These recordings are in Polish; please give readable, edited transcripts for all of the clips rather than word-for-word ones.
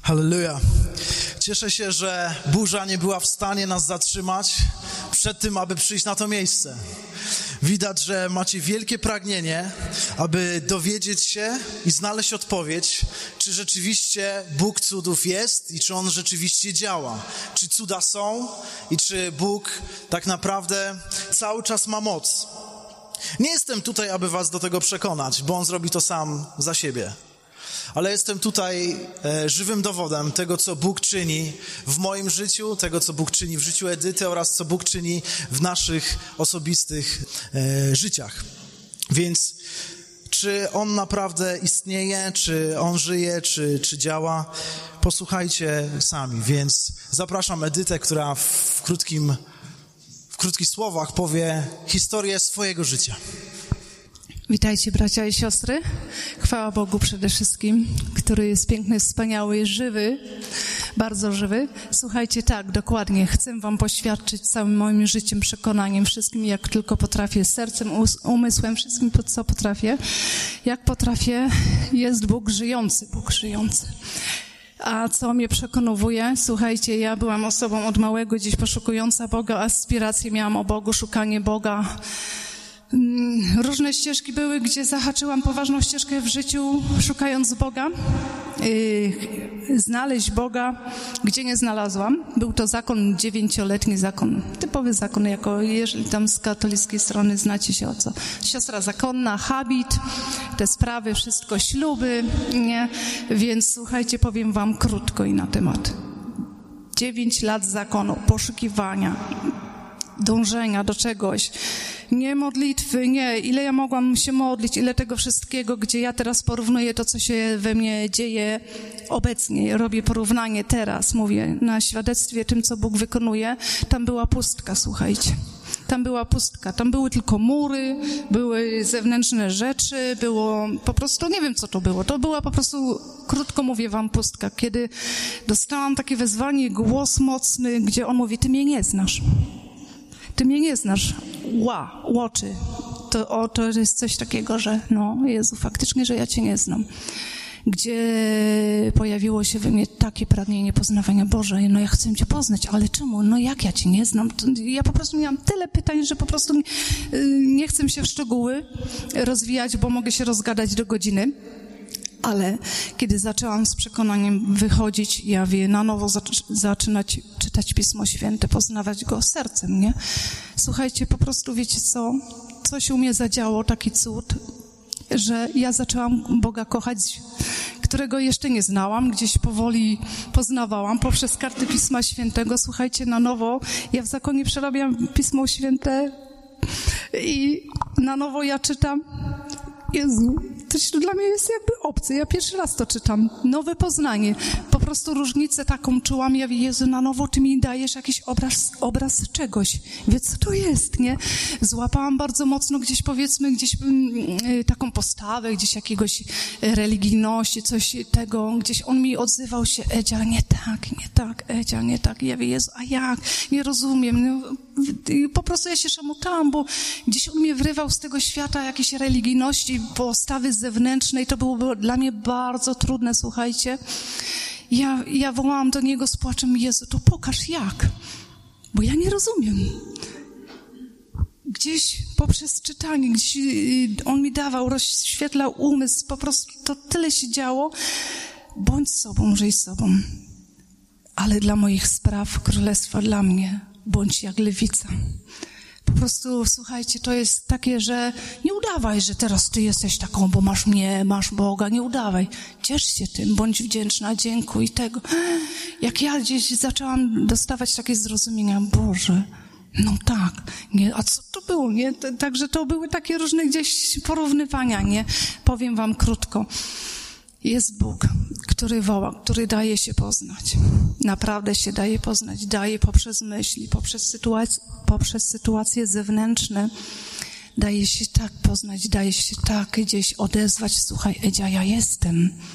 Halleluja. Cieszę się, że burza nie była w stanie nas zatrzymać przed tym, aby przyjść na to miejsce. Widać, że macie wielkie pragnienie, aby dowiedzieć się i znaleźć odpowiedź, czy rzeczywiście Bóg cudów jest i czy On rzeczywiście działa. Czy cuda są i czy Bóg tak naprawdę cały czas ma moc. Nie jestem tutaj, aby was do tego przekonać, bo On zrobi to sam za siebie. Ale jestem tutaj żywym dowodem tego, co Bóg czyni w moim życiu, tego, co Bóg czyni w życiu Edyty oraz co Bóg czyni w naszych osobistych życiach. Więc czy On naprawdę istnieje, czy On żyje, czy działa, posłuchajcie sami. Więc zapraszam Edytę, która w krótkich słowach powie historię swojego życia. Witajcie bracia i siostry. Chwała Bogu przede wszystkim, który jest piękny, wspaniały, jest żywy, bardzo żywy. Słuchajcie, tak, dokładnie, chcę wam poświadczyć całym moim życiem, przekonaniem, wszystkim jak tylko potrafię, sercem, umysłem, wszystkim co potrafię. Jak potrafię, jest Bóg żyjący, Bóg żyjący. A co mnie przekonuje? Słuchajcie, ja byłam osobą od małego gdzieś poszukująca Boga, aspiracje miałam o Bogu, szukanie Boga. Różne ścieżki były, gdzie zahaczyłam poważną ścieżkę w życiu, szukając Boga, znaleźć Boga, gdzie nie znalazłam. Był to zakon 9-letni zakon, typowy zakon, jako jeżeli tam z katolickiej strony znacie się o co. Siostra zakonna, habit, te sprawy, wszystko, śluby, nie? Więc słuchajcie, powiem wam krótko i na temat. 9 lat zakonu, poszukiwania, dążenia do czegoś. Nie modlitwy, nie. Ile ja mogłam się modlić, ile tego wszystkiego, gdzie ja teraz porównuję to, co się we mnie dzieje obecnie. Robię porównanie teraz, mówię, na świadectwie tym, co Bóg wykonuje. Tam była pustka, słuchajcie. Tam była pustka. Tam były tylko mury, były zewnętrzne rzeczy, było po prostu, nie wiem co to było. To była po prostu, krótko mówię wam, pustka. Kiedy dostałam takie wezwanie, głos mocny, gdzie on mówi, ty mnie nie znasz. Ty mnie nie znasz. Łoczy. To jest coś takiego, że no, Jezu, faktycznie, że ja Cię nie znam. Gdzie pojawiło się we mnie takie pragnienie poznawania. Boże, no ja chcę Cię poznać, ale czemu? No jak ja Cię nie znam? Ja po prostu miałam tyle pytań, że po prostu nie chcę się w szczegóły rozwijać, bo mogę się rozgadać do godziny. Ale kiedy zaczęłam z przekonaniem wychodzić, ja na nowo zaczynać czytać Pismo Święte, poznawać Go sercem, nie? Słuchajcie, po prostu wiecie co się u mnie zadziało, taki cud, że ja zaczęłam Boga kochać, którego jeszcze nie znałam, gdzieś powoli poznawałam poprzez karty Pisma Świętego. Słuchajcie, na nowo, ja w zakonie przerabiam Pismo Święte i na nowo ja czytam. Jezu, to dla mnie jest jakby obce. Ja pierwszy raz to czytam. Nowe poznanie. Po prostu różnicę taką czułam. Ja mówię, Jezu, na nowo Ty mi dajesz jakiś obraz czegoś. Wie, co to jest, nie? Złapałam bardzo mocno gdzieś, powiedzmy, taką postawę, gdzieś jakiegoś religijności, coś tego. Gdzieś on mi odzywał się, Edzia, nie tak, Edzia, nie tak. I ja mówię, Jezu, a jak? Nie rozumiem. No, po prostu ja się szamotałam, bo gdzieś on mnie wrywał z tego świata jakiejś religijności, postawy zewnętrznej. To było dla mnie bardzo trudne, słuchajcie. Ja wołałam do niego z płaczem, Jezu, to pokaż jak, bo ja nie rozumiem. Gdzieś poprzez czytanie, gdzieś on mi dawał, rozświetlał umysł, po prostu to tyle się działo. Bądź sobą, żyj sobą. Ale dla moich spraw, królestwa dla mnie, bądź jak lewica. Po prostu, słuchajcie, to jest takie, że nie udawaj, że teraz ty jesteś taką, bo masz mnie, masz Boga, nie udawaj. Ciesz się tym, bądź wdzięczna, dziękuj tego. Jak ja gdzieś zaczęłam dostawać takie zrozumienia, Boże, no tak, nie, a co to było, nie? Także to były takie różne gdzieś porównywania, nie? Powiem wam krótko. Jest Bóg, który woła, który daje się poznać. Naprawdę się daje poznać. Daje poprzez myśli, poprzez sytuacje zewnętrzne. Daje się tak poznać, daje się tak gdzieś odezwać. Słuchaj, Edzia, ja jestem.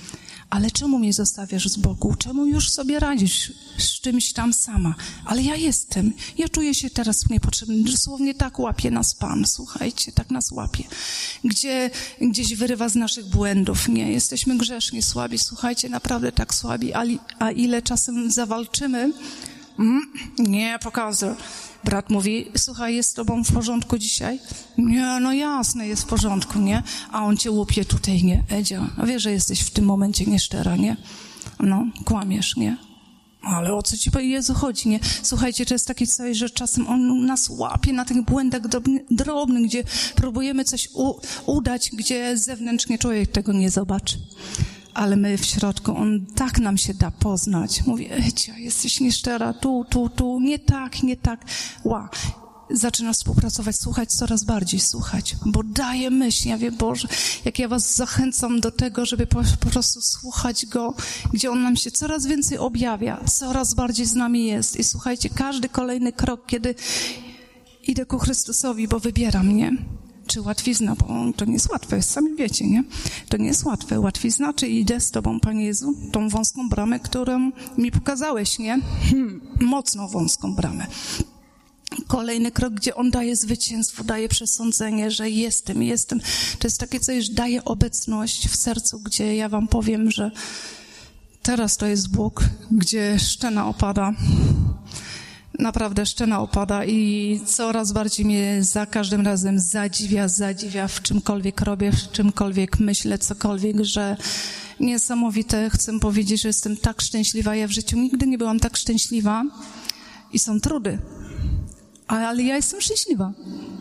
Ale czemu mnie zostawiasz z boku? Czemu już sobie radzisz z czymś tam sama? Ale ja jestem. Ja czuję się teraz niepotrzebny. Dosłownie tak łapie nas Pan. Słuchajcie, tak nas łapie. Gdzieś wyrywa z naszych błędów. Nie, jesteśmy grzeszni, słabi. Słuchajcie, naprawdę tak słabi. A ile czasem zawalczymy? Nie, pokażę. Brat mówi, słuchaj, jest z tobą w porządku dzisiaj? Nie, no jasne, jest w porządku, nie? A on cię łupie tutaj, nie? Edzia, a wiesz, że jesteś w tym momencie nieszczera, nie? No, kłamiesz, nie? Ale o co ci, Jezu, chodzi, nie? Słuchajcie, to jest takie coś, że czasem on nas łapie na tych błędach drobnych, gdzie próbujemy coś udać, gdzie zewnętrznie człowiek tego nie zobaczy. Ale my w środku, on tak nam się da poznać. Mówi, Edzia, jesteś nieszczera, tu, nie tak. Zaczynasz współpracować, słuchać, coraz bardziej słuchać, bo daje myśl. Ja wiem, Boże, jak ja was zachęcam do tego, żeby po prostu słuchać Go, gdzie On nam się coraz więcej objawia, coraz bardziej z nami jest. I słuchajcie, każdy kolejny krok, kiedy idę ku Chrystusowi, bo wybiera mnie, czy łatwizna, bo to nie jest łatwe, sami wiecie, nie? To nie jest łatwe. Łatwizna, czy idę z Tobą, Panie Jezu, tą wąską bramę, którą mi pokazałeś, nie? Mocno wąską bramę. Kolejny krok, gdzie On daje zwycięstwo, daje przesądzenie, że jestem. To jest takie coś, że daje obecność w sercu, gdzie ja wam powiem, że teraz to jest Bóg, gdzie szczena opada. Naprawdę szczena opada i coraz bardziej mnie za każdym razem zadziwia w czymkolwiek robię, w czymkolwiek myślę, cokolwiek, że niesamowite. Chcę powiedzieć, że jestem tak szczęśliwa. Ja w życiu nigdy nie byłam tak szczęśliwa i są trudy. Ale ja jestem szczęśliwa.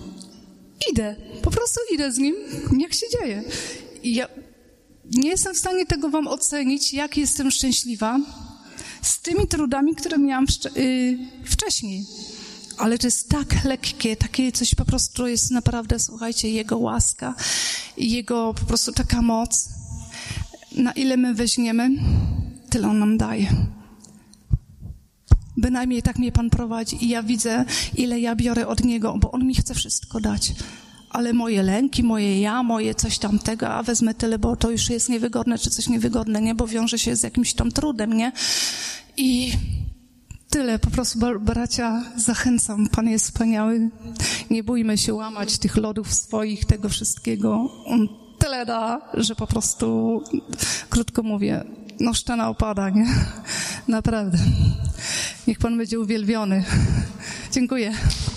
Po prostu idę z Nim, jak się dzieje. I ja nie jestem w stanie tego wam ocenić, jak jestem szczęśliwa z tymi trudami, które miałam wcześniej. Ale to jest tak lekkie, takie coś po prostu jest naprawdę, słuchajcie, Jego łaska, Jego po prostu taka moc. Na ile my weźmiemy, tyle On nam daje. Bynajmniej tak mnie Pan prowadzi i ja widzę, ile ja biorę od Niego, bo On mi chce wszystko dać. Ale moje lęki, moje coś tamtego, a wezmę tyle, bo to już jest niewygodne, czy coś niewygodne, nie? Bo wiąże się z jakimś tam trudem, nie? I tyle, po prostu bracia, zachęcam, Pan jest wspaniały. Nie bójmy się łamać tych lodów swoich, tego wszystkiego. On tyle da, że po prostu, krótko mówię, no szczena opada, nie? Naprawdę. Niech Pan będzie uwielbiony. Dziękuję.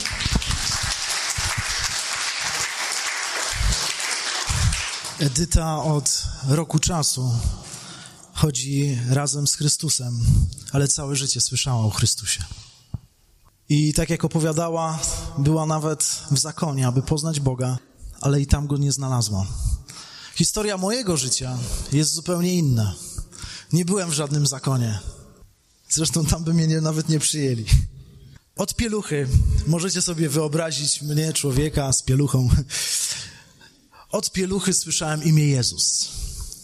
Edyta od roku czasu chodzi razem z Chrystusem, ale całe życie słyszała o Chrystusie. I tak jak opowiadała, była nawet w zakonie, aby poznać Boga, ale i tam Go nie znalazła. Historia mojego życia jest zupełnie inna. Nie byłem w żadnym zakonie. Zresztą tam by mnie nawet nie przyjęli. Od pieluchy, możecie sobie wyobrazić mnie, człowieka z pieluchą. Od pieluchy słyszałem imię Jezus.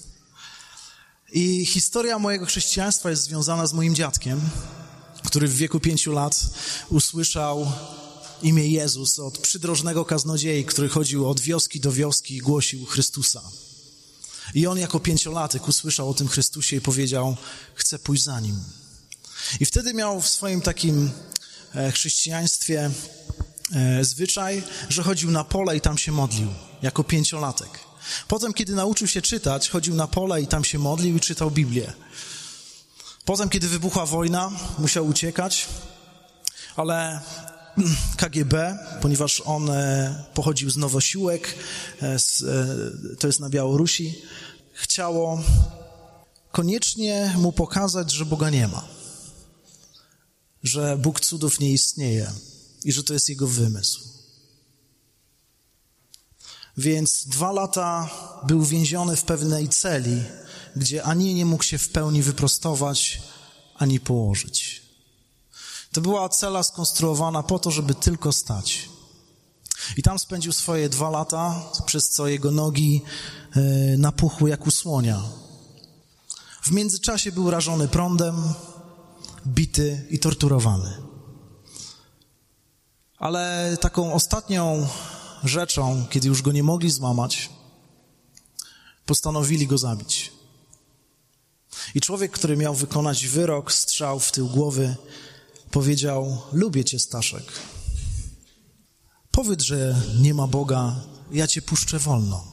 I historia mojego chrześcijaństwa jest związana z moim dziadkiem, który w wieku 5 lat usłyszał imię Jezus od przydrożnego kaznodziei, który chodził od wioski do wioski i głosił Chrystusa. I on jako 5-latek usłyszał o tym Chrystusie i powiedział, chcę pójść za Nim. I wtedy miał w swoim takim chrześcijaństwie zwyczaj, że chodził na pole i tam się modlił, jako 5-latek. Potem, kiedy nauczył się czytać, chodził na pole i tam się modlił i czytał Biblię. Potem, kiedy wybuchła wojna, musiał uciekać, ale KGB, ponieważ on pochodził z Nowosiłek, to jest na Białorusi, chciało koniecznie mu pokazać, że Boga nie ma, że Bóg cudów nie istnieje i że to jest jego wymysł. Więc 2 lata był więziony w pewnej celi, gdzie ani nie mógł się w pełni wyprostować, ani położyć. To była cela skonstruowana po to, żeby tylko stać. I tam spędził swoje 2 lata, przez co jego nogi napuchły jak u słonia. W międzyczasie był rażony prądem, bity i torturowany. Ale taką ostatnią rzeczą, kiedy już go nie mogli złamać, postanowili go zabić. I człowiek, który miał wykonać wyrok, strzał w tył głowy, powiedział: lubię cię, Staszek. Powiedz, że nie ma Boga, ja cię puszczę wolno.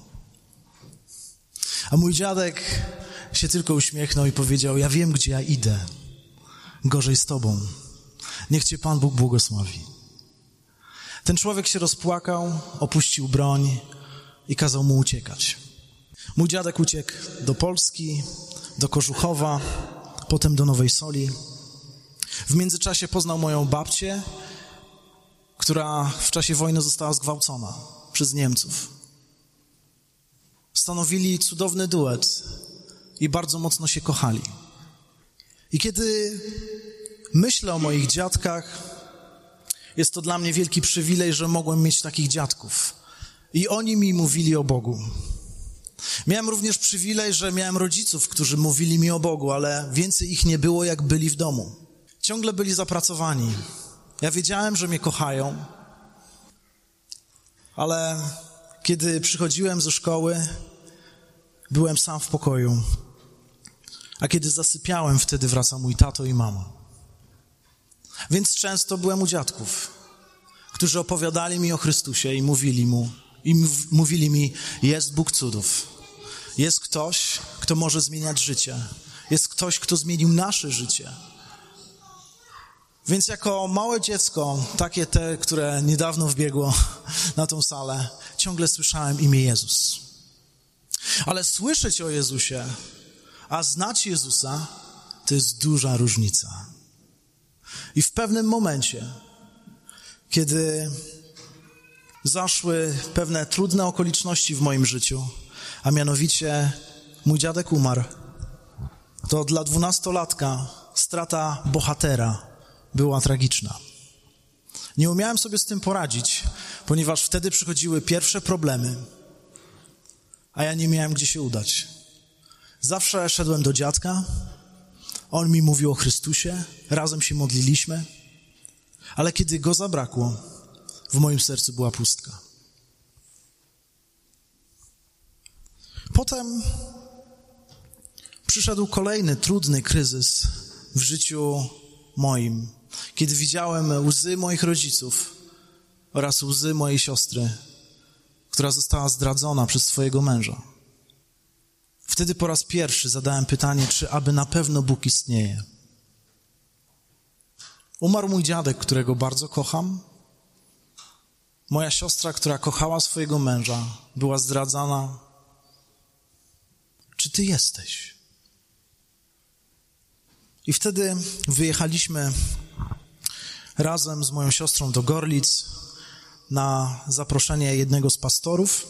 A mój dziadek się tylko uśmiechnął i powiedział: ja wiem, gdzie ja idę. Gorzej z tobą. Niech cię Pan Bóg błogosławi. Ten człowiek się rozpłakał, opuścił broń i kazał mu uciekać. Mój dziadek uciekł do Polski, do Kożuchowa, potem do Nowej Soli. W międzyczasie poznał moją babcię, która w czasie wojny została zgwałcona przez Niemców. Stanowili cudowny duet i bardzo mocno się kochali. I kiedy myślę o moich dziadkach, jest to dla mnie wielki przywilej, że mogłem mieć takich dziadków. I oni mi mówili o Bogu. Miałem również przywilej, że miałem rodziców, którzy mówili mi o Bogu, ale więcej ich nie było, jak byli w domu. Ciągle byli zapracowani. Ja wiedziałem, że mnie kochają, ale kiedy przychodziłem ze szkoły, byłem sam w pokoju. A kiedy zasypiałem, wtedy wraca mój tato i mama. Więc często byłem u dziadków, którzy opowiadali mi o Chrystusie i mówili mi: jest Bóg cudów. Jest ktoś, kto może zmieniać życie. Jest ktoś, kto zmienił nasze życie. Więc jako małe dziecko, takie te, które niedawno wbiegło na tą salę, ciągle słyszałem imię Jezus. Ale słyszeć o Jezusie, a znać Jezusa, to jest duża różnica. I w pewnym momencie, kiedy zaszły pewne trudne okoliczności w moim życiu, a mianowicie mój dziadek umarł, to dla 12-latka strata bohatera była tragiczna. Nie umiałem sobie z tym poradzić, ponieważ wtedy przychodziły pierwsze problemy, a ja nie miałem gdzie się udać. Zawsze szedłem do dziadka, on mi mówił o Chrystusie, razem się modliliśmy, ale kiedy go zabrakło, w moim sercu była pustka. Potem przyszedł kolejny trudny kryzys w życiu moim, kiedy widziałem łzy moich rodziców oraz łzy mojej siostry, która została zdradzona przez swojego męża. Wtedy po raz pierwszy zadałem pytanie, czy aby na pewno Bóg istnieje. Umarł mój dziadek, którego bardzo kocham. Moja siostra, która kochała swojego męża, była zdradzana. Czy Ty jesteś? I wtedy wyjechaliśmy razem z moją siostrą do Gorlic na zaproszenie jednego z pastorów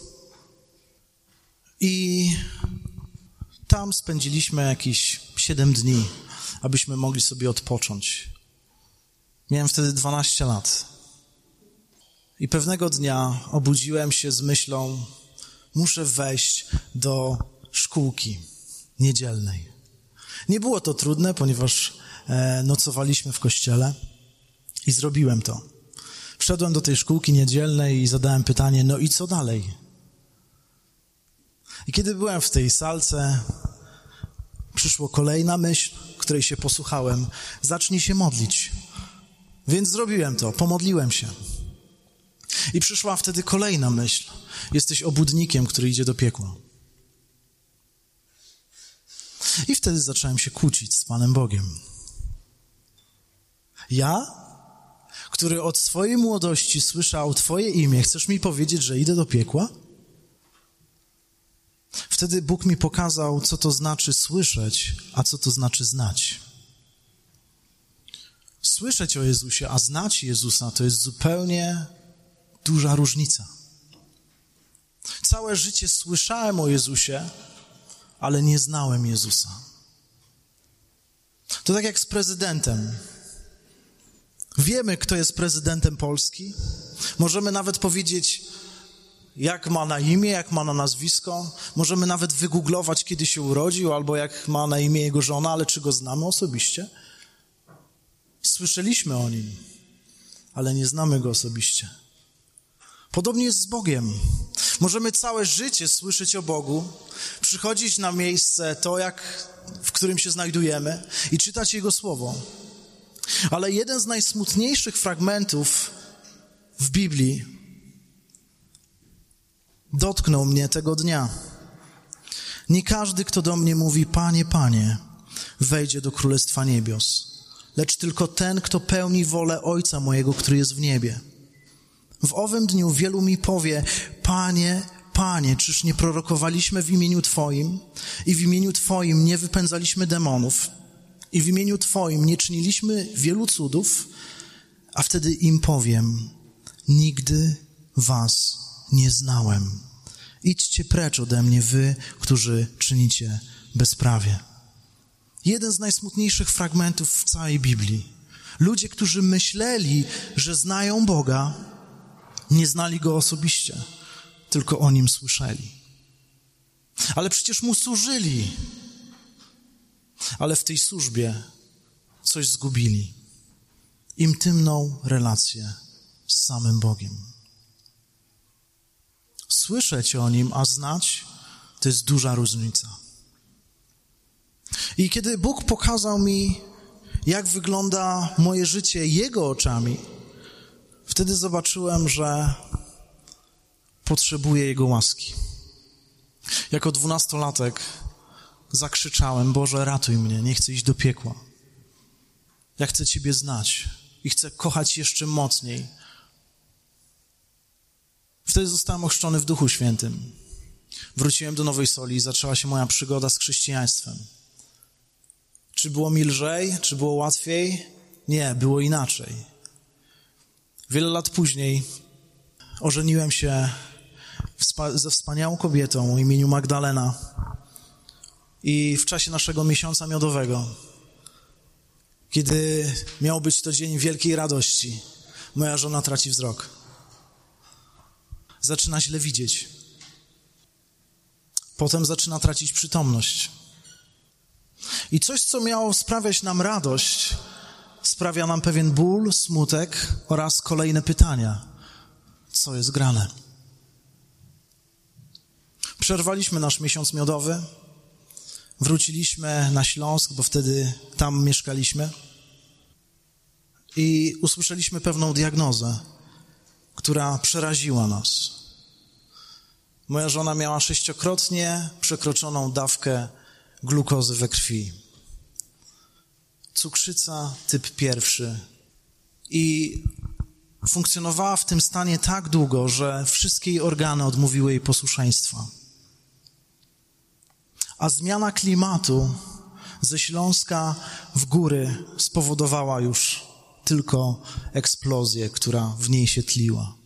i tam spędziliśmy jakieś 7 dni, abyśmy mogli sobie odpocząć. Miałem wtedy 12 lat. I pewnego dnia obudziłem się z myślą: muszę wejść do szkółki niedzielnej. Nie było to trudne, ponieważ nocowaliśmy w kościele i zrobiłem to. Wszedłem do tej szkółki niedzielnej i zadałem pytanie: no i co dalej? I kiedy byłem w tej salce, przyszła kolejna myśl, której się posłuchałem: zacznij się modlić. Więc zrobiłem to, pomodliłem się. I przyszła wtedy kolejna myśl: jesteś obłudnikiem, który idzie do piekła. I wtedy zacząłem się kłócić z Panem Bogiem. Ja, który od swojej młodości słyszał Twoje imię, chcesz mi powiedzieć, że idę do piekła? Wtedy Bóg mi pokazał, co to znaczy słyszeć, a co to znaczy znać. Słyszeć o Jezusie, a znać Jezusa to jest zupełnie duża różnica. Całe życie słyszałem o Jezusie, ale nie znałem Jezusa. To tak jak z prezydentem. Wiemy, kto jest prezydentem Polski. Możemy nawet powiedzieć, jak ma na imię, jak ma na nazwisko. Możemy nawet wygooglować, kiedy się urodził, albo jak ma na imię jego żona, ale czy go znamy osobiście? Słyszeliśmy o nim, ale nie znamy go osobiście. Podobnie jest z Bogiem. Możemy całe życie słyszeć o Bogu, przychodzić na miejsce w którym się znajdujemy i czytać Jego Słowo. Ale jeden z najsmutniejszych fragmentów w Biblii dotknął mnie tego dnia. Nie każdy, kto do mnie mówi, Panie, Panie, wejdzie do Królestwa Niebios, lecz tylko ten, kto pełni wolę Ojca mojego, który jest w niebie. W owym dniu wielu mi powie, Panie, Panie, czyż nie prorokowaliśmy w imieniu Twoim i w imieniu Twoim nie wypędzaliśmy demonów i w imieniu Twoim nie czyniliśmy wielu cudów? A wtedy im powiem, nigdy was nie znałem. Idźcie precz ode mnie, wy, którzy czynicie bezprawie. Jeden z najsmutniejszych fragmentów w całej Biblii. Ludzie, którzy myśleli, że znają Boga, nie znali Go osobiście, tylko o Nim słyszeli. Ale przecież Mu służyli. Ale w tej służbie coś zgubili. Intymną relację z samym Bogiem. Słyszeć o Nim, a znać, to jest duża różnica. I kiedy Bóg pokazał mi, jak wygląda moje życie Jego oczami, wtedy zobaczyłem, że potrzebuję Jego łaski. Jako 12-latek zakrzyczałem, Boże, ratuj mnie, nie chcę iść do piekła. Ja chcę Ciebie znać i chcę kochać jeszcze mocniej. Wtedy zostałem ochrzczony w Duchu Świętym. Wróciłem do Nowej Soli i zaczęła się moja przygoda z chrześcijaństwem. Czy było mi lżej? Czy było łatwiej? Nie, było inaczej. Wiele lat później ożeniłem się ze wspaniałą kobietą o imieniu Magdalena i w czasie naszego miesiąca miodowego, kiedy miał być to dzień wielkiej radości, moja żona traci wzrok. Zaczyna źle widzieć. Potem zaczyna tracić przytomność. I coś, co miało sprawiać nam radość, sprawia nam pewien ból, smutek oraz kolejne pytania. Co jest grane? Przerwaliśmy nasz miesiąc miodowy. Wróciliśmy na Śląsk, bo wtedy tam mieszkaliśmy. I usłyszeliśmy pewną diagnozę, która przeraziła nas. Moja żona miała 6-krotnie przekroczoną dawkę glukozy we krwi. Cukrzyca typ 1. I funkcjonowała w tym stanie tak długo, że wszystkie jej organy odmówiły jej posłuszeństwa. A zmiana klimatu ze Śląska w góry spowodowała już tylko eksplozję, która w niej się tliła.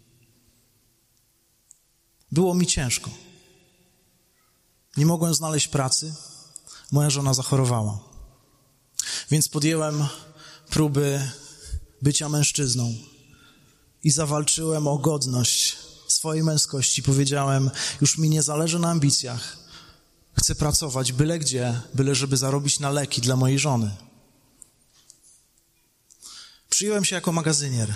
Było mi ciężko. Nie mogłem znaleźć pracy. Moja żona zachorowała. Więc podjęłem próby bycia mężczyzną i zawalczyłem o godność swojej męskości. Powiedziałem, już mi nie zależy na ambicjach. Chcę pracować byle gdzie, byle żeby zarobić na leki dla mojej żony. Przyjąłem się jako magazynier.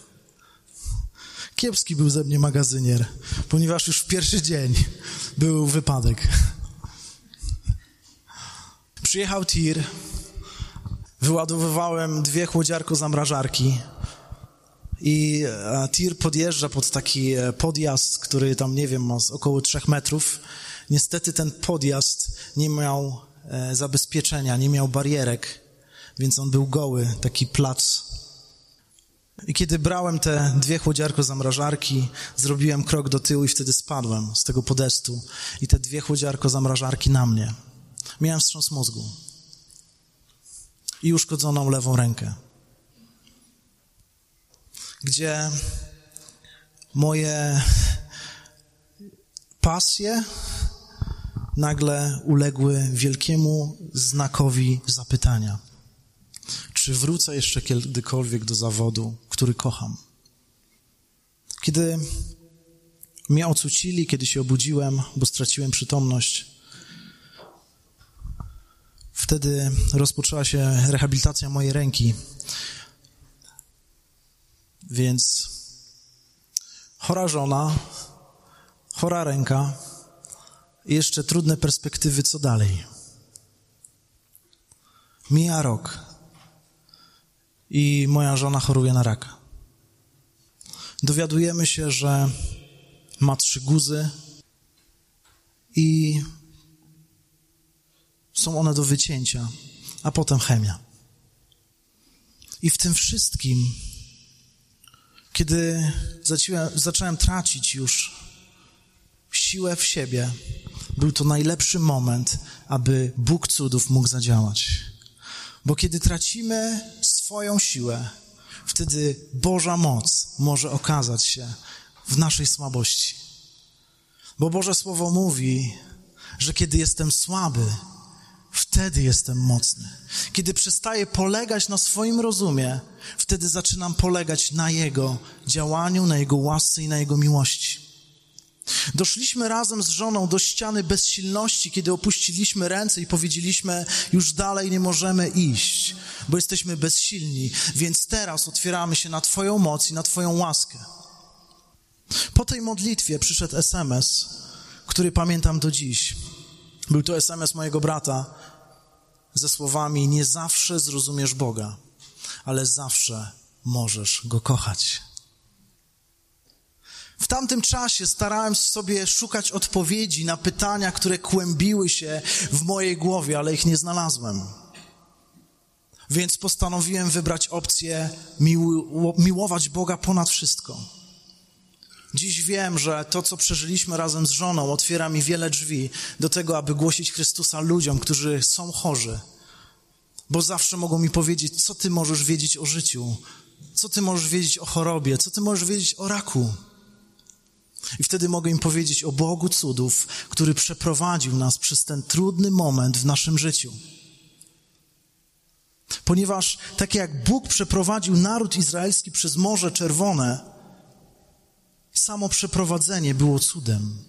Kiepski był ze mnie magazynier, ponieważ już w pierwszy dzień był wypadek. Przyjechał tir, wyładowywałem 2 chłodziarko-zamrażarki i tir podjeżdża pod taki podjazd, który tam, nie wiem, ma około 3 metrów. Niestety ten podjazd nie miał zabezpieczenia, nie miał barierek, więc on był goły, taki plac. I kiedy brałem te 2 chłodziarko-zamrażarki, zrobiłem krok do tyłu i wtedy spadłem z tego podestu i te 2 chłodziarko-zamrażarki na mnie. Miałem wstrząs mózgu i uszkodzoną lewą rękę, gdzie moje pasje nagle uległy wielkiemu znakowi zapytania. Czy wrócę jeszcze kiedykolwiek do zawodu, który kocham? Kiedy mnie ocucili, kiedy się obudziłem, bo straciłem przytomność, wtedy rozpoczęła się rehabilitacja mojej ręki. Więc chora żona, chora ręka i jeszcze trudne perspektywy, co dalej. Mija rok i moja żona choruje na raka. Dowiadujemy się, że ma 3 guzy i są one do wycięcia, a potem chemia. I w tym wszystkim, kiedy zacząłem tracić już siłę w siebie, był to najlepszy moment, aby Bóg cudów mógł zadziałać. Bo kiedy tracimy swoją siłę, wtedy Boża moc może okazać się w naszej słabości. Bo Boże Słowo mówi, że kiedy jestem słaby, wtedy jestem mocny. Kiedy przestaję polegać na swoim rozumie, wtedy zaczynam polegać na Jego działaniu, na Jego łasce i na Jego miłości. Doszliśmy razem z żoną do ściany bezsilności, kiedy opuściliśmy ręce i powiedzieliśmy, już dalej nie możemy iść, bo jesteśmy bezsilni, więc teraz otwieramy się na Twoją moc i na Twoją łaskę. Po tej modlitwie przyszedł SMS, który pamiętam do dziś. Był to SMS mojego brata ze słowami: nie zawsze zrozumiesz Boga, ale zawsze możesz Go kochać. W tamtym czasie starałem sobie szukać odpowiedzi na pytania, które kłębiły się w mojej głowie, ale ich nie znalazłem. Więc postanowiłem wybrać opcję miłować Boga ponad wszystko. Dziś wiem, że to, co przeżyliśmy razem z żoną, otwiera mi wiele drzwi do tego, aby głosić Chrystusa ludziom, którzy są chorzy. Bo zawsze mogą mi powiedzieć, co ty możesz wiedzieć o życiu, co ty możesz wiedzieć o chorobie, co ty możesz wiedzieć o raku. I wtedy mogę im powiedzieć o Bogu cudów, który przeprowadził nas przez ten trudny moment w naszym życiu. Ponieważ tak jak Bóg przeprowadził naród izraelski przez Morze Czerwone, samo przeprowadzenie było cudem.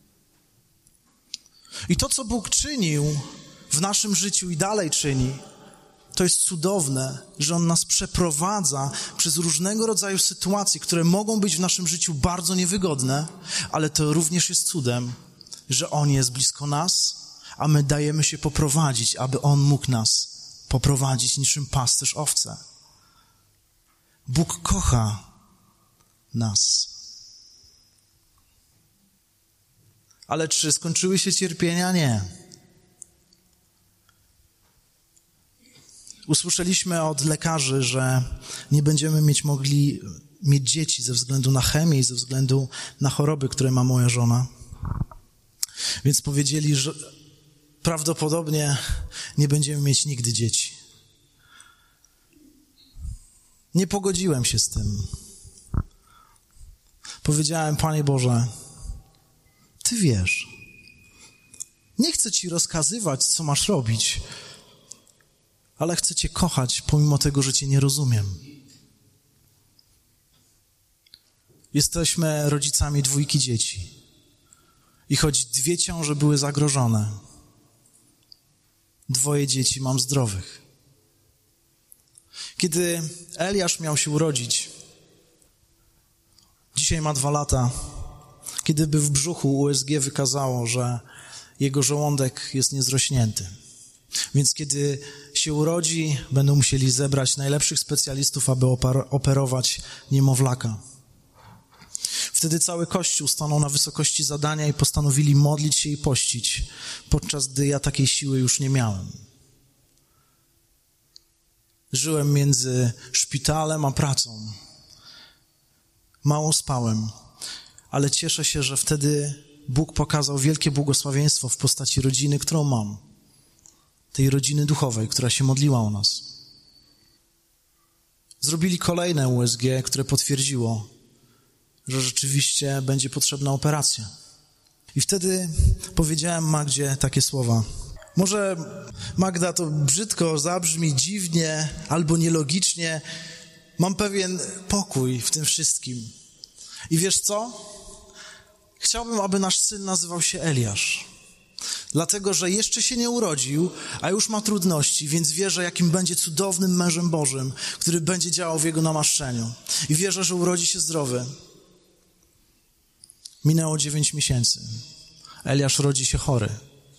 I to, co Bóg czynił w naszym życiu i dalej czyni, to jest cudowne, że On nas przeprowadza przez różnego rodzaju sytuacje, które mogą być w naszym życiu bardzo niewygodne, ale to również jest cudem, że On jest blisko nas, a my dajemy się poprowadzić, aby On mógł nas poprowadzić niczym pasterz owce. Bóg kocha nas. Ale czy skończyły się cierpienia? Nie. Usłyszeliśmy od lekarzy, że nie będziemy mogli mieć dzieci ze względu na chemię i ze względu na choroby, które ma moja żona. Więc powiedzieli, że prawdopodobnie nie będziemy mieć nigdy dzieci. Nie pogodziłem się z tym. Powiedziałem: Panie Boże, Ty wiesz. Nie chcę Ci rozkazywać, co masz robić, ale chcę Cię kochać, pomimo tego, że Cię nie rozumiem. Jesteśmy rodzicami 2 dzieci. I choć 2 ciąże były zagrożone, 2 dzieci mam zdrowych. Kiedy Eliasz miał się urodzić, dzisiaj ma 2 lata, kiedy by w brzuchu USG wykazało, że jego żołądek jest niezrośnięty. Więc kiedy się urodzi, będą musieli zebrać najlepszych specjalistów, aby operować niemowlaka. Wtedy cały Kościół stanął na wysokości zadania i postanowili modlić się i pościć, podczas gdy ja takiej siły już nie miałem. Żyłem między szpitalem a pracą. Mało spałem, ale cieszę się, że wtedy Bóg pokazał wielkie błogosławieństwo w postaci rodziny, którą mam. Tej rodziny duchowej, która się modliła o nas. Zrobili kolejne USG, które potwierdziło, że rzeczywiście będzie potrzebna operacja. I wtedy powiedziałem Magdzie takie słowa. Może, Magda, to brzydko zabrzmi, dziwnie albo nielogicznie. Mam pewien pokój w tym wszystkim. I wiesz co? Chciałbym, aby nasz syn nazywał się Eliasz. Dlatego, że jeszcze się nie urodził, a już ma trudności, więc wierzę, jakim będzie cudownym mężem Bożym, który będzie działał w jego namaszczeniu. I wierzę, że urodzi się zdrowy. Minęło 9 miesięcy. Eliasz rodzi się chory.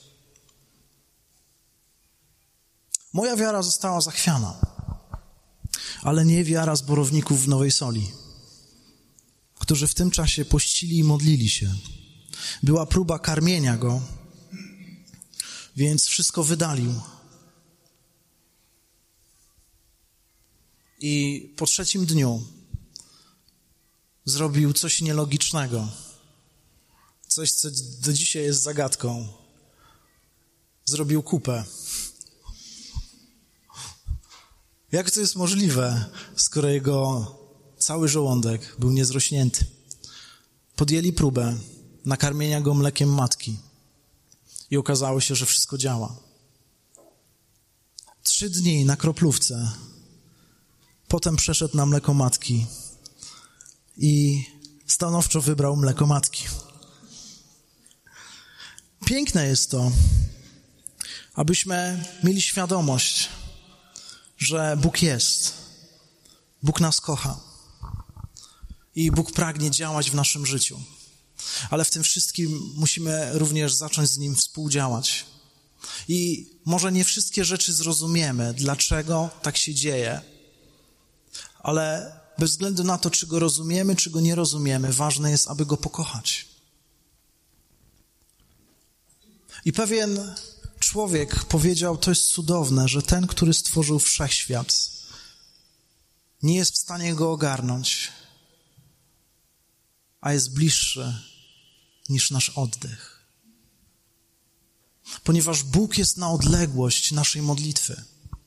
Moja wiara została zachwiana, ale nie wiara zborowników w Nowej Soli, którzy w tym czasie pościli i modlili się. Była próba karmienia go, więc wszystko wydalił. I po 3 dniu zrobił coś nielogicznego. Coś, co do dzisiaj jest zagadką. Zrobił kupę. Jak to jest możliwe, skoro jego cały żołądek był niezrośnięty? Podjęli próbę nakarmienia go mlekiem matki i okazało się, że wszystko działa. 3 dni na kroplówce, potem przeszedł na mleko matki i stanowczo wybrał mleko matki. Piękne jest to, abyśmy mieli świadomość, że Bóg jest, Bóg nas kocha i Bóg pragnie działać w naszym życiu. Ale w tym wszystkim musimy również zacząć z Nim współdziałać. I może nie wszystkie rzeczy zrozumiemy, dlaczego tak się dzieje, ale bez względu na to, czy Go rozumiemy, czy Go nie rozumiemy, ważne jest, aby Go pokochać. I pewien człowiek powiedział, to jest cudowne, że ten, który stworzył wszechświat, nie jest w stanie go ogarnąć, a jest bliższy niż nasz oddech. Ponieważ Bóg jest na odległość naszej modlitwy.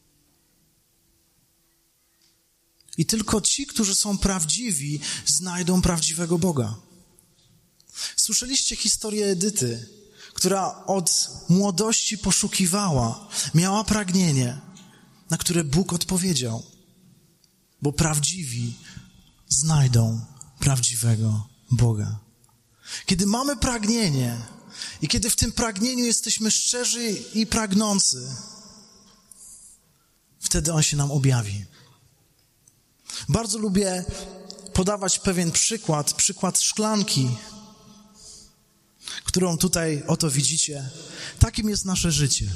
I tylko ci, którzy są prawdziwi, znajdą prawdziwego Boga. Słyszeliście historię Edyty, która od młodości poszukiwała, miała pragnienie, na które Bóg odpowiedział. Bo prawdziwi znajdą prawdziwego Boga. Kiedy mamy pragnienie i kiedy w tym pragnieniu jesteśmy szczerzy i pragnący, wtedy On się nam objawi. Bardzo lubię podawać pewien przykład szklanki, którą tutaj oto widzicie. Takim jest nasze życie.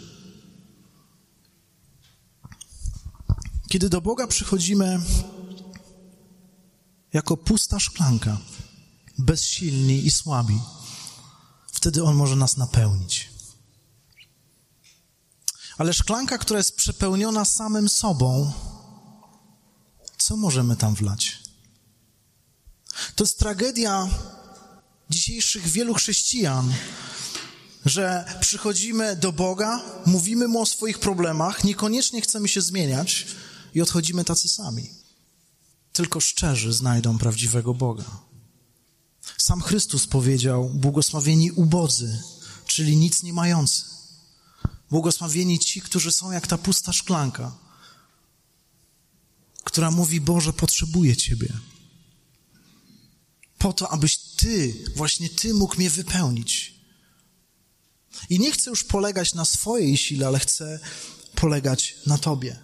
Kiedy do Boga przychodzimy jako pusta szklanka, bezsilni i słabi, wtedy On może nas napełnić. Ale szklanka, która jest przepełniona samym sobą, co możemy tam wlać? To jest tragedia dzisiejszych wielu chrześcijan, że przychodzimy do Boga, mówimy Mu o swoich problemach, niekoniecznie chcemy się zmieniać i odchodzimy tacy sami. Tylko szczerzy znajdą prawdziwego Boga. Sam Chrystus powiedział, błogosławieni ubodzy, czyli nic nie mający. Błogosławieni ci, którzy są jak ta pusta szklanka, która mówi, Boże, potrzebuję Ciebie. Po to, abyś Ty, właśnie Ty mógł mnie wypełnić. I nie chcę już polegać na swojej sile, ale chcę polegać na Tobie.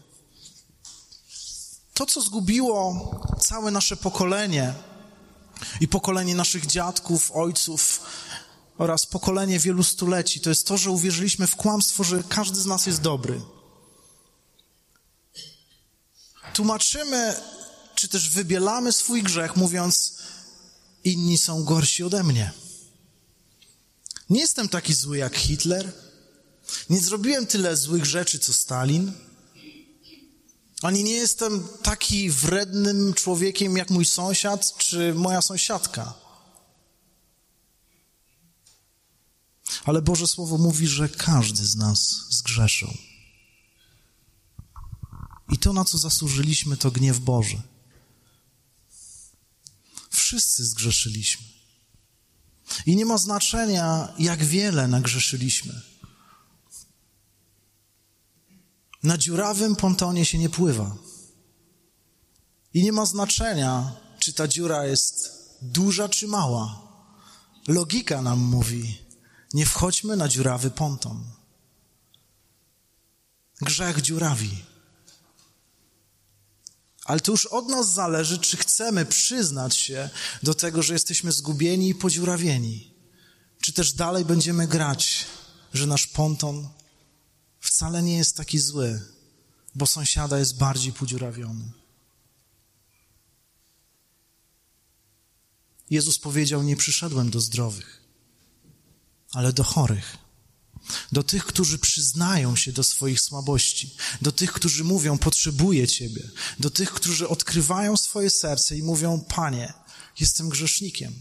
To, co zgubiło całe nasze pokolenie i pokolenie naszych dziadków, ojców oraz pokolenie wielu stuleci, to jest to, że uwierzyliśmy w kłamstwo, że każdy z nas jest dobry. Tłumaczymy, czy też wybielamy swój grzech, mówiąc, inni są gorsi ode mnie. Nie jestem taki zły jak Hitler. Nie zrobiłem tyle złych rzeczy, co Stalin. Ani nie jestem taki wrednym człowiekiem jak mój sąsiad czy moja sąsiadka. Ale Boże Słowo mówi, że każdy z nas zgrzeszył. I to, na co zasłużyliśmy, to gniew Boży. Wszyscy zgrzeszyliśmy. I nie ma znaczenia, jak wiele nagrzeszyliśmy. Na dziurawym pontonie się nie pływa. I nie ma znaczenia, czy ta dziura jest duża czy mała. Logika nam mówi, nie wchodźmy na dziurawy ponton. Grzech dziurawi. Ale to już od nas zależy, czy chcemy przyznać się do tego, że jesteśmy zgubieni i podziurawieni. Czy też dalej będziemy grać, że nasz ponton wcale nie jest taki zły, bo sąsiada jest bardziej podziurawiony. Jezus powiedział, nie przyszedłem do zdrowych, ale do chorych. Do tych, którzy przyznają się do swoich słabości, do tych, którzy mówią, potrzebuję Ciebie, do tych, którzy odkrywają swoje serce i mówią, Panie, jestem grzesznikiem.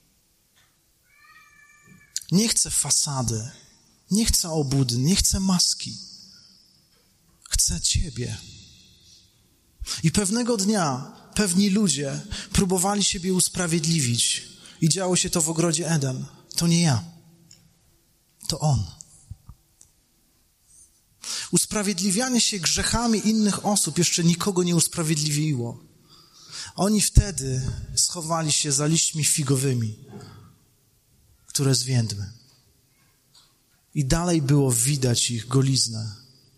Nie chcę fasady, nie chcę obłudy, nie chcę maski. Chcę Ciebie. I pewnego dnia pewni ludzie próbowali siebie usprawiedliwić i działo się to w ogrodzie Eden. To nie ja, to On. Usprawiedliwianie się grzechami innych osób jeszcze nikogo nie usprawiedliwiło. Oni wtedy schowali się za liśćmi figowymi, które zwiędły. I dalej było widać ich goliznę.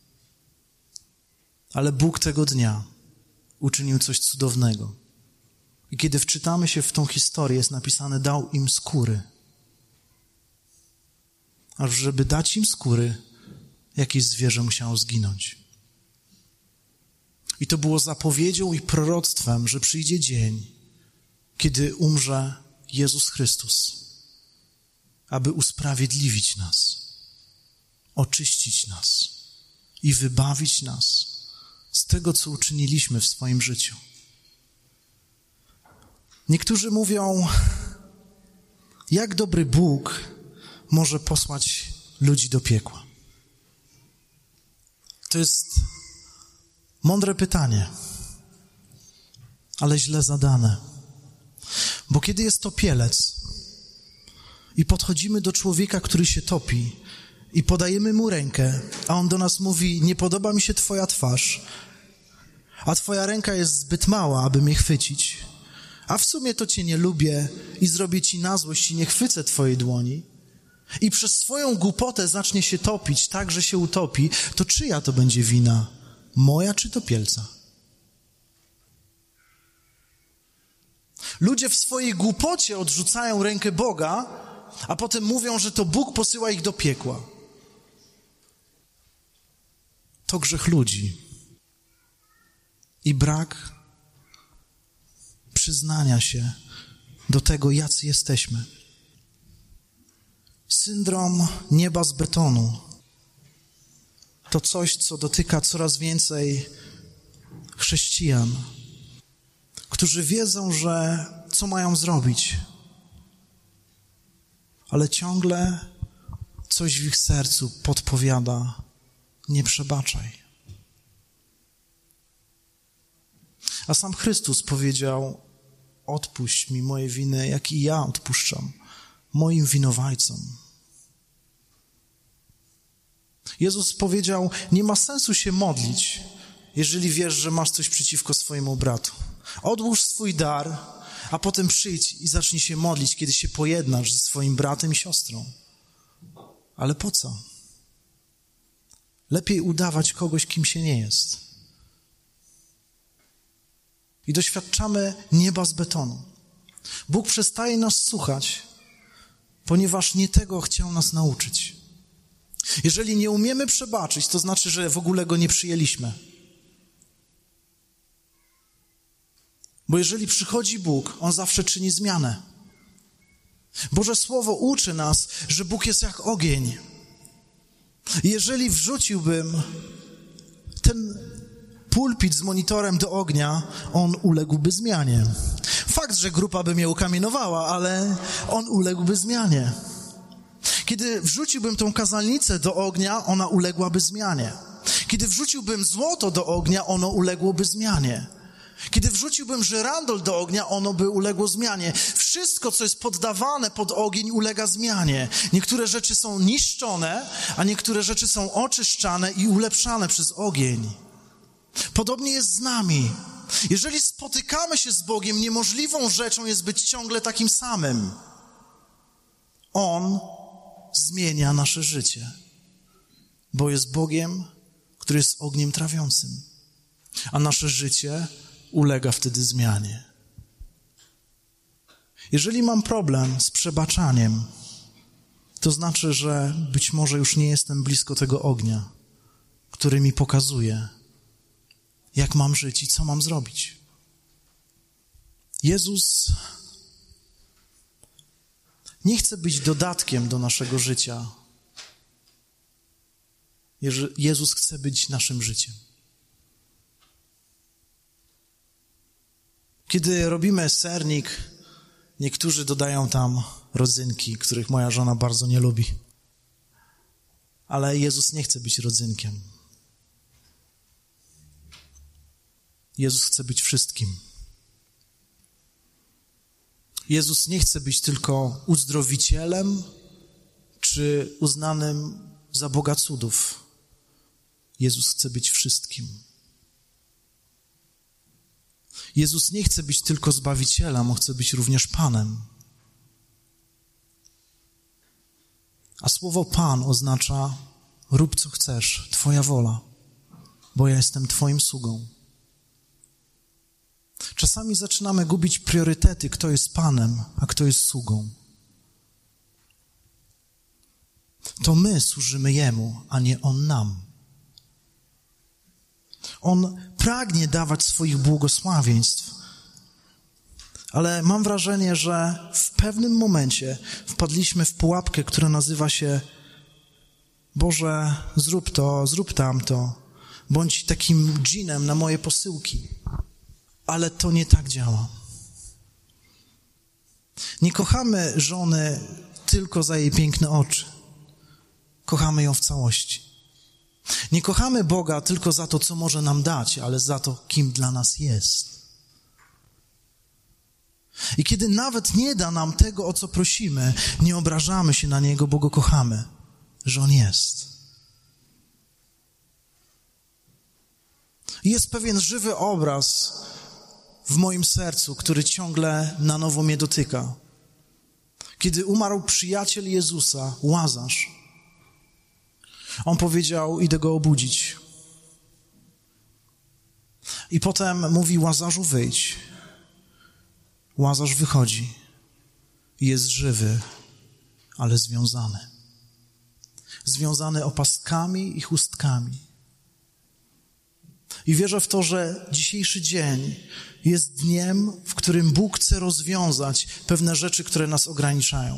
Ale Bóg tego dnia uczynił coś cudownego. I kiedy wczytamy się w tą historię, jest napisane, dał im skóry. Aż żeby dać im skóry, jakieś zwierzę musiało zginąć. I to było zapowiedzią i proroctwem, że przyjdzie dzień, kiedy umrze Jezus Chrystus, aby usprawiedliwić nas, oczyścić nas i wybawić nas z tego, co uczyniliśmy w swoim życiu. Niektórzy mówią, jak dobry Bóg może posłać ludzi do piekła? To jest mądre pytanie, ale źle zadane. Bo kiedy jest topielec i podchodzimy do człowieka, który się topi i podajemy mu rękę, a on do nas mówi, nie podoba mi się twoja twarz, a twoja ręka jest zbyt mała, aby mnie chwycić, a w sumie to cię nie lubię i zrobię ci na złość i nie chwycę twojej dłoni i przez swoją głupotę zacznie się topić tak, że się utopi, to czyja to będzie wina? Moja czy topielca? Ludzie w swojej głupocie odrzucają rękę Boga, a potem mówią, że to Bóg posyła ich do piekła. To grzech ludzi i brak przyznania się do tego, jacy jesteśmy. Syndrom nieba z betonu to coś, co dotyka coraz więcej chrześcijan, którzy wiedzą, że co mają zrobić, ale ciągle coś w ich sercu podpowiada, nie przebaczaj. A sam Chrystus powiedział, odpuść mi moje winy, jak i ja odpuszczam moim winowajcom. Jezus powiedział, nie ma sensu się modlić, jeżeli wiesz, że masz coś przeciwko swojemu bratu. Odłóż swój dar, a potem przyjdź i zacznij się modlić, kiedy się pojednasz ze swoim bratem i siostrą. Ale po co? Lepiej udawać kogoś, kim się nie jest. I doświadczamy nieba z betonu. Bóg przestaje nas słuchać, ponieważ nie tego chciał nas nauczyć. Jeżeli nie umiemy przebaczyć, to znaczy, że w ogóle Go nie przyjęliśmy. Bo jeżeli przychodzi Bóg, On zawsze czyni zmianę. Boże Słowo uczy nas, że Bóg jest jak ogień. I jeżeli wrzuciłbym ten pulpit z monitorem do ognia, on uległby zmianie. Fakt, że grupa by mnie ukamienowała, ale on uległby zmianie. Kiedy wrzuciłbym tą kazalnicę do ognia, ona uległaby zmianie. Kiedy wrzuciłbym złoto do ognia, ono uległoby zmianie. Kiedy wrzuciłbym żyrandol do ognia, ono by uległo zmianie. Wszystko, co jest poddawane pod ogień, ulega zmianie. Niektóre rzeczy są niszczone, a niektóre rzeczy są oczyszczane i ulepszane przez ogień. Podobnie jest z nami. Jeżeli spotykamy się z Bogiem, niemożliwą rzeczą jest być ciągle takim samym. On zmienia nasze życie, bo jest Bogiem, który jest ogniem trawiącym, a nasze życie ulega wtedy zmianie. Jeżeli mam problem z przebaczaniem, to znaczy, że być może już nie jestem blisko tego ognia, który mi pokazuje, jak mam żyć i co mam zrobić. Jezus nie chce być dodatkiem do naszego życia. Jezus chce być naszym życiem. Kiedy robimy sernik, niektórzy dodają tam rodzynki, których moja żona bardzo nie lubi. Ale Jezus nie chce być rodzynkiem. Jezus chce być wszystkim. Jezus nie chce być tylko uzdrowicielem czy uznanym za Boga cudów. Jezus chce być wszystkim. Jezus nie chce być tylko Zbawicielem, on chce być również Panem. A słowo Pan oznacza rób co chcesz, Twoja wola, bo ja jestem Twoim sługą. Czasami zaczynamy gubić priorytety, kto jest Panem, a kto jest sługą. To my służymy Jemu, a nie On nam. On pragnie dawać swoich błogosławieństw, ale mam wrażenie, że w pewnym momencie wpadliśmy w pułapkę, która nazywa się Boże, zrób to, zrób tamto, bądź takim dżinem na moje posyłki. Ale to nie tak działa. Nie kochamy żony tylko za jej piękne oczy. Kochamy ją w całości. Nie kochamy Boga tylko za to, co może nam dać, ale za to, kim dla nas jest. I kiedy nawet nie da nam tego, o co prosimy, nie obrażamy się na Niego, bo Go kochamy, że On jest. Jest pewien żywy obraz w moim sercu, który ciągle na nowo mnie dotyka. Kiedy umarł przyjaciel Jezusa, Łazarz, on powiedział, idę go obudzić. I potem mówi, Łazarzu, wyjdź. Łazarz wychodzi. Jest żywy, ale związany. Związany opaskami i chustkami. I wierzę w to, że dzisiejszy dzień jest dniem, w którym Bóg chce rozwiązać pewne rzeczy, które nas ograniczają.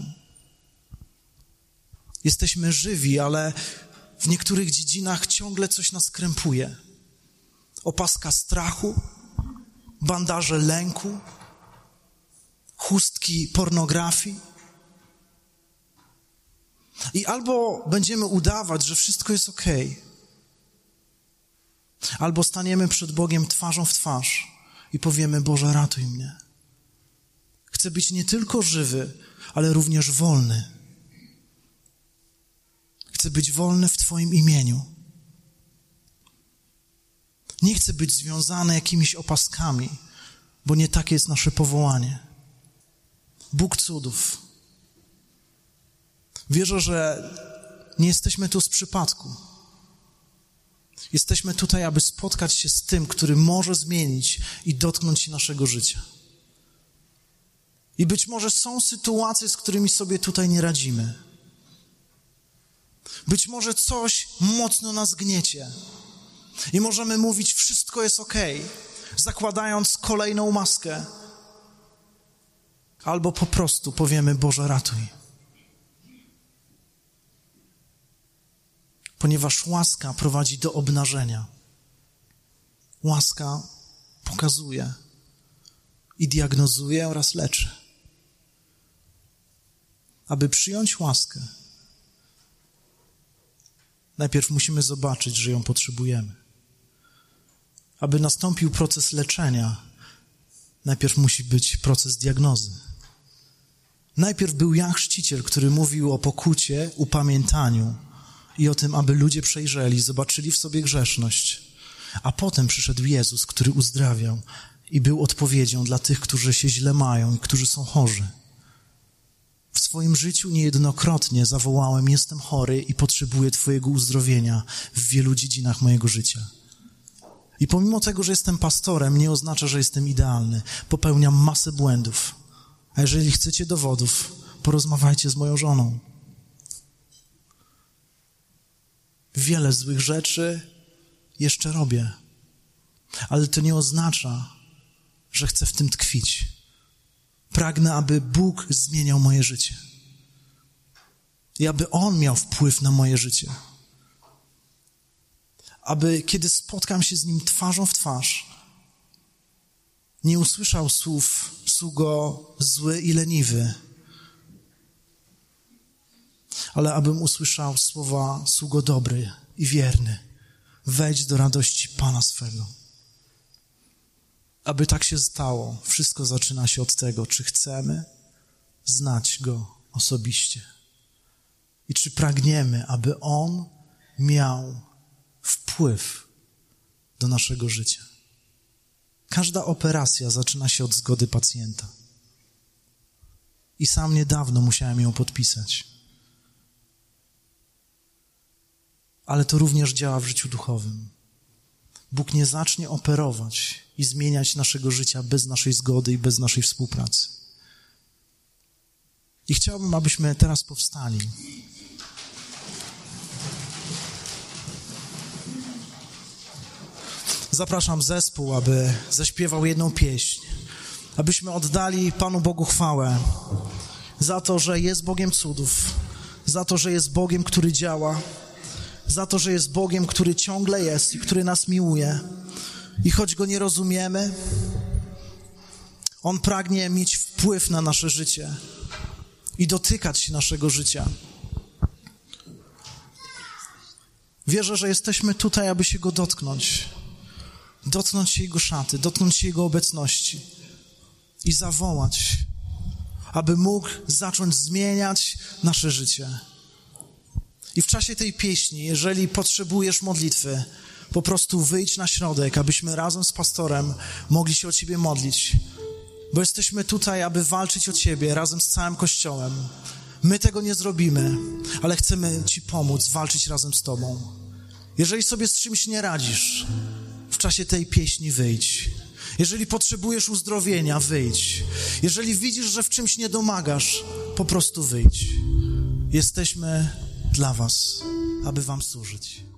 Jesteśmy żywi, ale w niektórych dziedzinach ciągle coś nas krępuje. Opaska strachu, bandaże lęku, chustki pornografii. I albo będziemy udawać, że wszystko jest okej, albo staniemy przed Bogiem twarzą w twarz i powiemy, Boże, ratuj mnie. Chcę być nie tylko żywy, ale również wolny. Chcę być wolny w Twoim imieniu. Nie chcę być związany jakimiś opaskami, bo nie takie jest nasze powołanie. Bóg cudów. Wierzę, że nie jesteśmy tu z przypadku. Jesteśmy tutaj, aby spotkać się z tym, który może zmienić i dotknąć się naszego życia. I być może są sytuacje, z którymi sobie tutaj nie radzimy. Być może coś mocno nas gniecie. I możemy mówić, wszystko jest okej, zakładając kolejną maskę. Albo po prostu powiemy, Boże, ratuj. Ponieważ łaska prowadzi do obnażenia. Łaska pokazuje i diagnozuje oraz leczy. Aby przyjąć łaskę, najpierw musimy zobaczyć, że ją potrzebujemy. Aby nastąpił proces leczenia, najpierw musi być proces diagnozy. Najpierw był Jan Chrzciciel, który mówił o pokucie, upamiętaniu i o tym, aby ludzie przejrzeli, zobaczyli w sobie grzeszność. A potem przyszedł Jezus, który uzdrawiał i był odpowiedzią dla tych, którzy się źle mają i którzy są chorzy. W swoim życiu niejednokrotnie zawołałem, jestem chory i potrzebuję Twojego uzdrowienia w wielu dziedzinach mojego życia. I pomimo tego, że jestem pastorem, nie oznacza, że jestem idealny. Popełniam masę błędów. A jeżeli chcecie dowodów, porozmawiajcie z moją żoną. Wiele złych rzeczy jeszcze robię, ale to nie oznacza, że chcę w tym tkwić. Pragnę, aby Bóg zmieniał moje życie. I aby On miał wpływ na moje życie. Aby kiedy spotkam się z Nim twarzą w twarz, nie usłyszał słów sługo zły i leniwy, ale abym usłyszał słowa sługo dobry i wierny. Wejdź do radości Pana swego. Aby tak się stało, wszystko zaczyna się od tego, czy chcemy znać Go osobiście i czy pragniemy, aby On miał wpływ do naszego życia. Każda operacja zaczyna się od zgody pacjenta. I sam niedawno musiałem ją podpisać. Ale to również działa w życiu duchowym. Bóg nie zacznie operować i zmieniać naszego życia bez naszej zgody i bez naszej współpracy. I chciałbym, abyśmy teraz powstali. Zapraszam zespół, aby zaśpiewał jedną pieśń, abyśmy oddali Panu Bogu chwałę za to, że jest Bogiem cudów, za to, że jest Bogiem, który działa, za to, że jest Bogiem, który ciągle jest i który nas miłuje. I choć Go nie rozumiemy, On pragnie mieć wpływ na nasze życie i dotykać naszego życia. Wierzę, że jesteśmy tutaj, aby się Go dotknąć. Dotknąć się Jego szaty, dotknąć się Jego obecności i zawołać, aby mógł zacząć zmieniać nasze życie. I w czasie tej pieśni, jeżeli potrzebujesz modlitwy, po prostu wyjdź na środek, abyśmy razem z pastorem mogli się o Ciebie modlić. Bo jesteśmy tutaj, aby walczyć o Ciebie razem z całym Kościołem. My tego nie zrobimy, ale chcemy Ci pomóc walczyć razem z Tobą. Jeżeli sobie z czymś nie radzisz, w czasie tej pieśni wyjdź. Jeżeli potrzebujesz uzdrowienia, wyjdź. Jeżeli widzisz, że w czymś nie domagasz, po prostu wyjdź. Jesteśmy dla Was, aby Wam służyć.